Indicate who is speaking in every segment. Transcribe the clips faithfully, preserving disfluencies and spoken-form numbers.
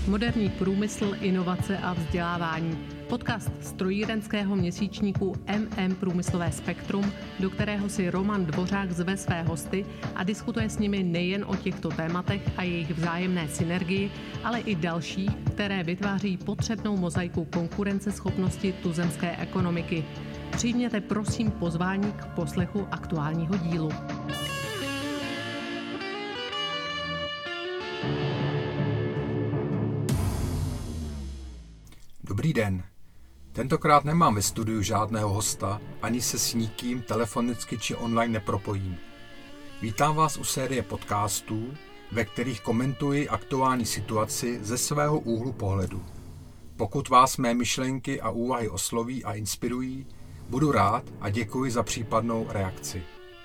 Speaker 1: Moderní průmysl, inovace a vzdělávání. Podcast strojírenského měsíčníku M M Průmyslové spektrum, do kterého si Roman Dvořák zve své hosty a diskutuje s nimi nejen o těchto tématech a jejich vzájemné synergii, ale i další, které vytváří potřebnou mozaiku konkurenceschopnosti tuzemské ekonomiky. Přijměte prosím pozvání k poslechu aktuálního dílu.
Speaker 2: Dobrý den. Tentokrát nemám ve studiu žádného hosta, ani se s nikým telefonicky či online nepropojím. Vítám vás u série podcastů, ve kterých komentuji aktuální situaci ze svého úhlu pohledu. Pokud vás mé myšlenky a úvahy osloví a inspirují, budu rád a děkuji za případnou reakci.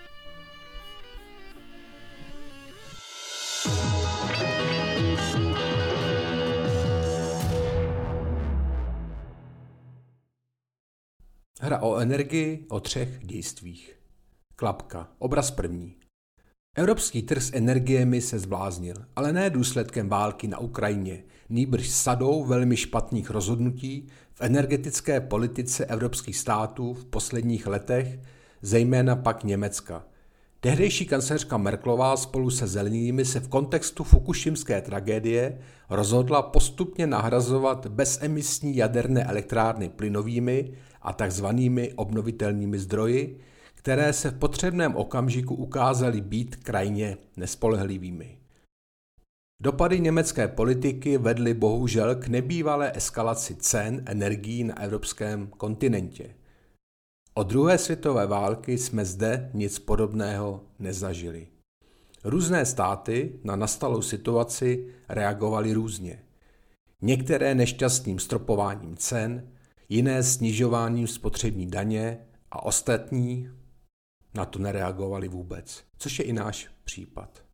Speaker 2: Hra o energii o třech dějstvích. Klapka. Obraz první. Evropský trh s energiemi se zbláznil, ale ne důsledkem války na Ukrajině, nýbrž sadou velmi špatných rozhodnutí v energetické politice evropských států v posledních letech, zejména pak Německa. Tehdejší kancléřka Merkelová spolu se zelenými se v kontextu fukušimské tragédie rozhodla postupně nahrazovat bezemisní jaderné elektrárny plynovými a takzvanými obnovitelnými zdroji, které se v potřebném okamžiku ukázaly být krajně nespolehlivými. Dopady německé politiky vedly bohužel k nebývalé eskalaci cen energií na evropském kontinentě. Od druhé světové války jsme zde nic podobného nezažili. Různé státy na nastalou situaci reagovaly různě. Některé nešťastným stropováním cen, jiné snižováním spotřební daně a ostatní na to nereagovali vůbec, což je i náš případ.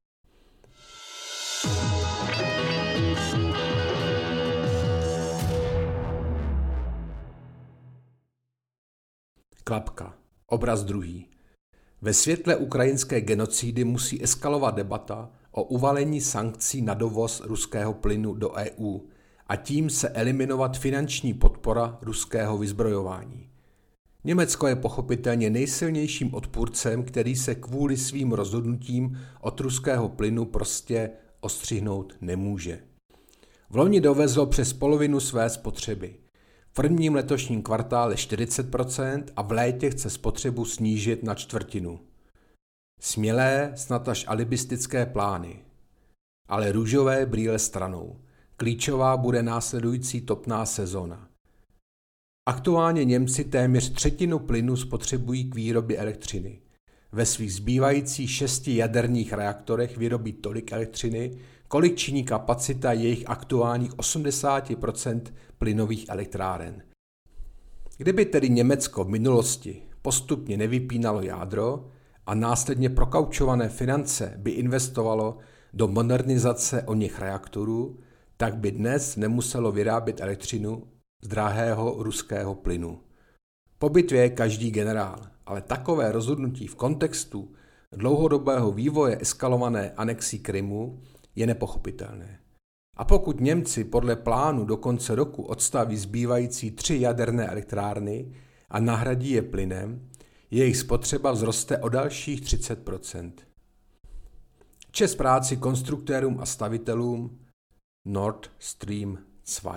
Speaker 2: Klapka. Obraz druhý. Ve světle ukrajinské genocidy musí eskalovat debata o uvalení sankcí na dovoz ruského plynu do E U a tím se eliminovat finanční podpora ruského vyzbrojování. Německo je pochopitelně nejsilnějším odpůrcem, který se kvůli svým rozhodnutím od ruského plynu prostě ostřihnout nemůže. V loni dovezlo přes polovinu své spotřeby. V prvním letošním kvartále čtyřicet procent a v létě chce spotřebu snížit na čtvrtinu. Smělé, snad až alibistické plány. Ale růžové brýle stranou. Klíčová bude následující topná sezona. Aktuálně Němci téměř třetinu plynu spotřebují k výrobě elektřiny. Ve svých zbývajících šesti jaderných reaktorech vyrobí tolik elektřiny, kolik činí kapacita jejich aktuálních osmdesát procent plynových elektráren. Kdyby tedy Německo v minulosti postupně nevypínalo jádro a následně prokaučované finance by investovalo do modernizace oněch reaktorů, tak by dnes nemuselo vyrábět elektřinu z drahého ruského plynu. Po bitvě je každý generál, ale takové rozhodnutí v kontextu dlouhodobého vývoje eskalované anexí Krymu je nepochopitelné. A pokud Němci podle plánu do konce roku odstaví zbývající tři jaderné elektrárny a nahradí je plynem, jejich spotřeba vzroste o dalších třicet procent. Čest práci konstruktérům a stavitelům Nord Stream dva.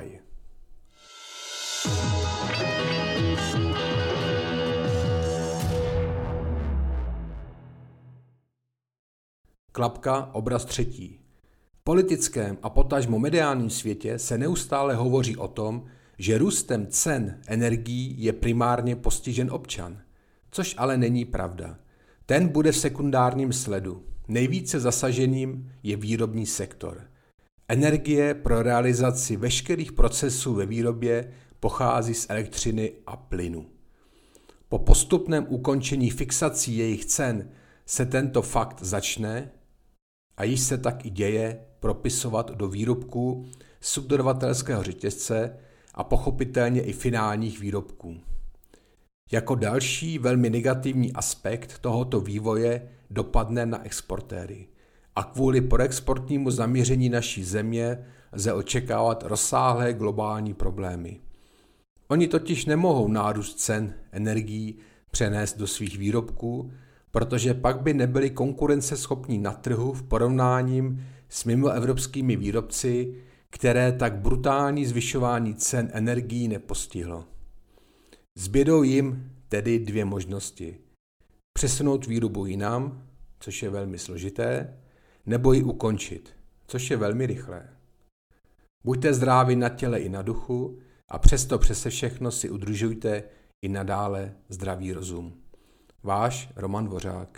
Speaker 2: Klapka. Obraz třetí. V politickém a potažmo mediálním světě se neustále hovoří o tom, že růstem cen energií je primárně postižen občan, což ale není pravda. Ten bude v sekundárním sledu. Nejvíce zasaženým je výrobní sektor. Energie pro realizaci veškerých procesů ve výrobě pochází z elektřiny a plynu. Po postupném ukončení fixací jejich cen se tento fakt začne, a již se tak i děje, propisovat do výrobků subdodavatelského řetězce a pochopitelně i finálních výrobků. Jako další velmi negativní aspekt tohoto vývoje dopadne na exportéry. A kvůli proexportnímu zaměření naší země lze očekávat rozsáhlé globální problémy. Oni totiž nemohou nárůst cen energií přenést do svých výrobků, protože pak by nebyli konkurenceschopní na trhu v porovnáním s mimoevropskými výrobci, které tak brutální zvyšování cen energií nepostihlo. Zbydou jim tedy dvě možnosti. Přesunout výrobu jinam, což je velmi složité, nebo ji ukončit, což je velmi rychlé. Buďte zdraví na těle i na duchu a přesto přese všechno si udržujte i nadále zdravý rozum. Váš Roman Dvořák.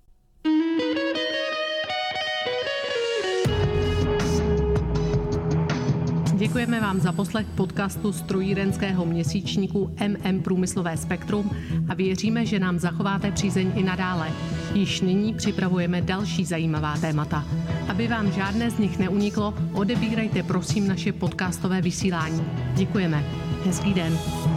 Speaker 1: Děkujeme vám za poslech podcastu strojírenského měsíčníku M M Průmyslové spektrum a věříme, že nám zachováte přízeň i nadále. Již nyní připravujeme další zajímavá témata. Aby vám žádné z nich neuniklo, odebírejte prosím naše podcastové vysílání. Děkujeme. Hezký den.